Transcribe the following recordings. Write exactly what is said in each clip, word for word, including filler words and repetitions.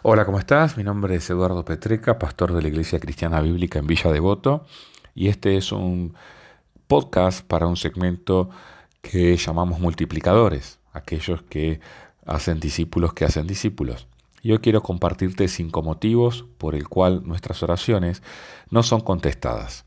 Hola, ¿cómo estás? Mi nombre es Eduardo Petreca, pastor de la Iglesia Cristiana Bíblica en Villa Devoto, y este es un podcast para un segmento que llamamos multiplicadores, aquellos que hacen discípulos que hacen discípulos. Yo quiero compartirte cinco motivos por el cual nuestras oraciones no son contestadas.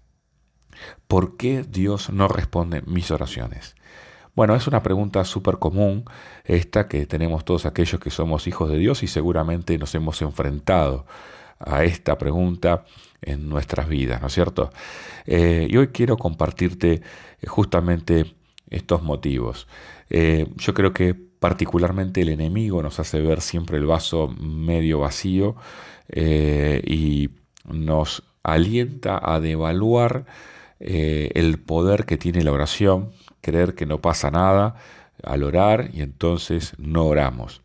¿Por qué Dios no responde mis oraciones? Bueno, es una pregunta súper común esta que tenemos todos aquellos que somos hijos de Dios y seguramente nos hemos enfrentado a esta pregunta en nuestras vidas, ¿no es cierto? Eh, y hoy quiero compartirte eh, justamente estos motivos. Eh, yo creo que particularmente el enemigo nos hace ver siempre el vaso medio vacío eh, y nos alienta a devaluar eh, el poder que tiene la oración, creer que no pasa nada al orar y entonces no oramos.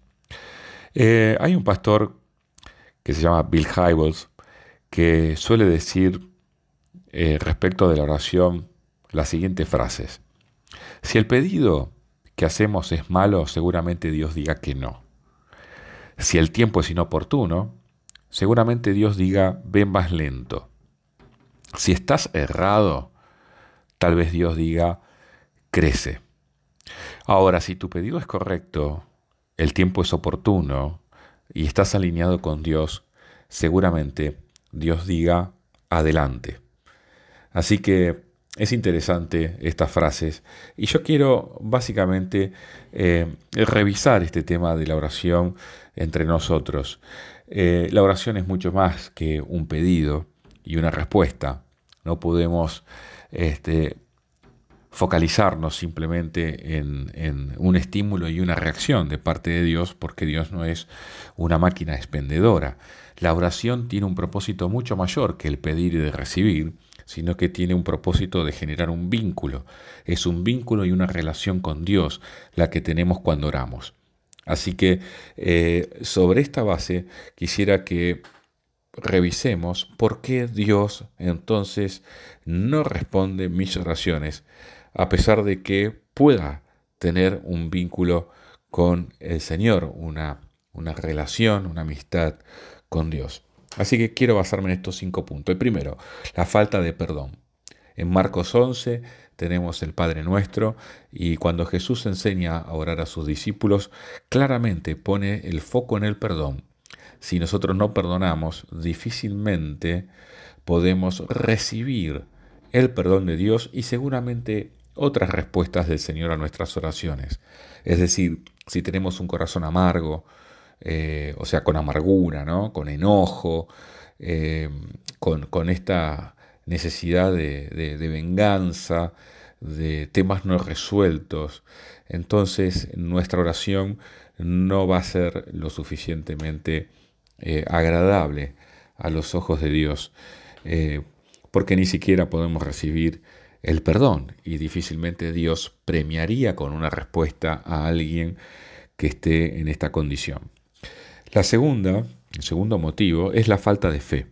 Eh, hay un pastor que se llama Bill Hybels que suele decir eh, respecto de la oración las siguientes frases. Si el pedido que hacemos es malo, seguramente Dios diga que no. Si el tiempo es inoportuno, seguramente Dios diga ven más lento. Si estás errado, tal vez Dios diga crece. Ahora, si tu pedido es correcto, el tiempo es oportuno y estás alineado con Dios, seguramente Dios diga adelante. Así que es interesante estas frases y yo quiero básicamente eh, revisar este tema de la oración entre nosotros. Eh, la oración es mucho más que un pedido y una respuesta. No podemos este, focalizarnos simplemente en, en un estímulo y una reacción de parte de Dios, porque Dios no es una máquina expendedora. La oración tiene un propósito mucho mayor que el pedir y de recibir, sino que tiene un propósito de generar un vínculo. Es un vínculo y una relación con Dios la que tenemos cuando oramos. Así que eh, sobre esta base quisiera que revisemos por qué Dios entonces no responde mis oraciones, a pesar de que pueda tener un vínculo con el Señor, una, una relación, una amistad con Dios. Así que quiero basarme en estos cinco puntos. El primero, la falta de perdón. En Marcos once tenemos el Padre Nuestro y cuando Jesús enseña a orar a sus discípulos, claramente pone el foco en el perdón. Si nosotros no perdonamos, difícilmente podemos recibir el perdón de Dios y seguramente otras respuestas del Señor a nuestras oraciones. Es decir, si tenemos un corazón amargo, eh, o sea, con amargura, ¿no? Con enojo, eh, con, con esta necesidad de, de, de venganza, de temas no resueltos, entonces nuestra oración no va a ser lo suficientemente eh, agradable a los ojos de Dios, eh, porque ni siquiera podemos recibir el perdón y difícilmente Dios premiaría con una respuesta a alguien que esté en esta condición. La segunda, el segundo motivo es la falta de fe.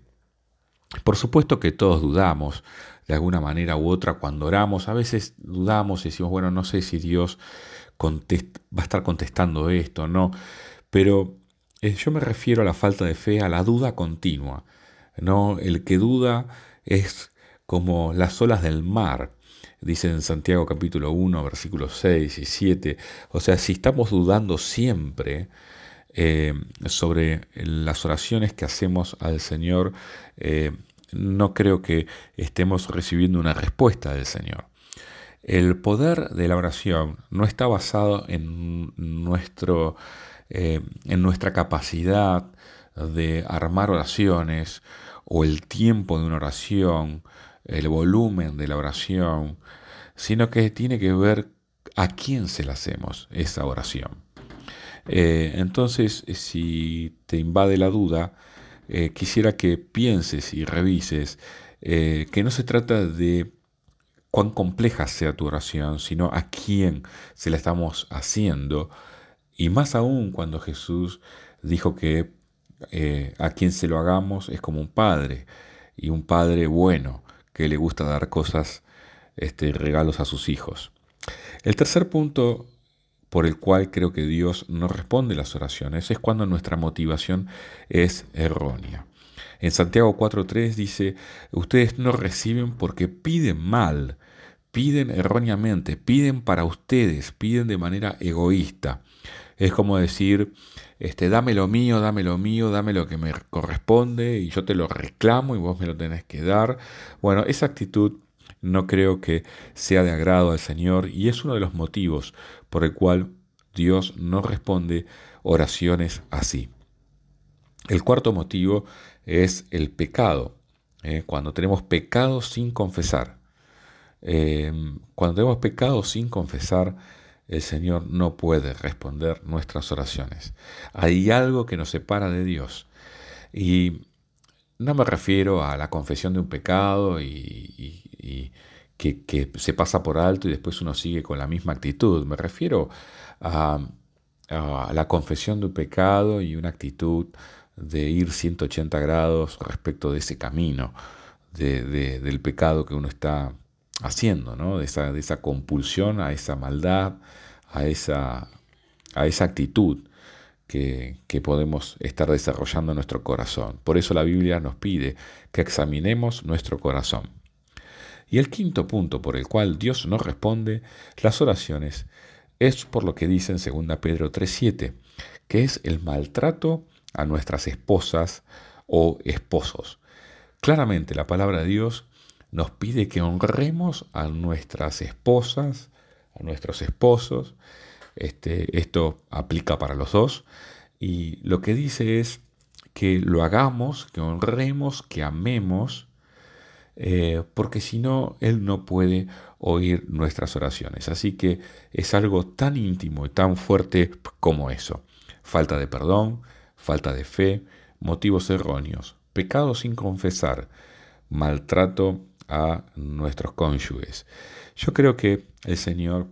Por supuesto que todos dudamos de alguna manera u otra cuando oramos. A veces dudamos y decimos, bueno, no sé si Dios contest- va a estar contestando esto o no. Pero eh, yo me refiero a la falta de fe, a la duda continua, ¿no? El que duda es como las olas del mar, dice en Santiago capítulo uno, versículos seis y siete. O sea, si estamos dudando siempre eh, sobre las oraciones que hacemos al Señor, eh, no creo que estemos recibiendo una respuesta del Señor. El poder de la oración no está basado en, nuestro, eh, en nuestra capacidad de armar oraciones o el tiempo de una oración, el volumen de la oración, sino que tiene que ver a quién se la hacemos esa oración. Eh, entonces, si te invade la duda, eh, quisiera que pienses y revises eh, que no se trata de cuán compleja sea tu oración, sino a quién se la estamos haciendo. Y más aún cuando Jesús dijo que eh, a quien se lo hagamos es como un padre, y un padre bueno, que le gusta dar cosas, este, regalos a sus hijos. El tercer punto por el cual creo que Dios no responde las oraciones es cuando nuestra motivación es errónea. En Santiago cuatro tres dice, ustedes no reciben porque piden mal, piden erróneamente, piden para ustedes, piden de manera egoísta. Es como decir, este, dame lo mío, dame lo mío, dame lo que me corresponde y yo te lo reclamo y vos me lo tenés que dar. Bueno, esa actitud no creo que sea de agrado al Señor y es uno de los motivos por el cual Dios no responde oraciones así. El cuarto motivo es el pecado. ¿eh? Cuando tenemos pecado sin confesar. Eh, cuando tenemos pecado sin confesar, el Señor no puede responder nuestras oraciones. Hay algo que nos separa de Dios. Y no me refiero a la confesión de un pecado y, y- y que, que se pasa por alto y después uno sigue con la misma actitud. Me refiero a, a la confesión de un pecado y una actitud de ir ciento ochenta grados respecto de ese camino de- de- del pecado que uno está haciendo, ¿no? De esa, de esa compulsión a esa maldad, a esa, a esa actitud que, que podemos estar desarrollando en nuestro corazón. Por eso la Biblia nos pide que examinemos nuestro corazón. Y el quinto punto por el cual Dios no responde las oraciones es por lo que dice en segunda Pedro tres siete, que es el maltrato a nuestras esposas o esposos. Claramente la palabra de Dios nos pide que honremos a nuestras esposas, a nuestros esposos. Este, esto aplica para los dos. Y lo que dice es que lo hagamos, que honremos, que amemos, eh, porque si no, Él no puede oír nuestras oraciones. Así que es algo tan íntimo y tan fuerte como eso. Falta de perdón, falta de fe, motivos erróneos, pecado sin confesar, maltrato a nuestros cónyuges. Yo creo que el Señor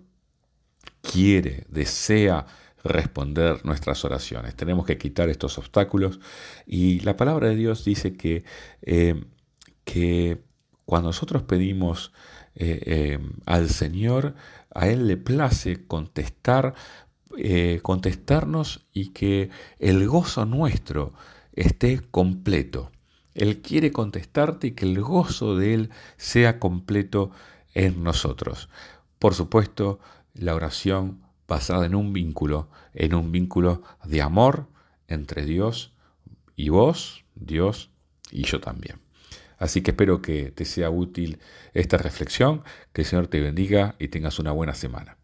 quiere, desea responder nuestras oraciones. Tenemos que quitar estos obstáculos y la palabra de Dios dice que, eh, que cuando nosotros pedimos eh, eh, al Señor, a Él le place contestar, eh, contestarnos y que el gozo nuestro esté completo. Él quiere contestarte y que el gozo de Él sea completo en nosotros. Por supuesto, la oración basada en un vínculo, en un vínculo de amor entre Dios y vos, Dios y yo también. Así que espero que te sea útil esta reflexión, que el Señor te bendiga y tengas una buena semana.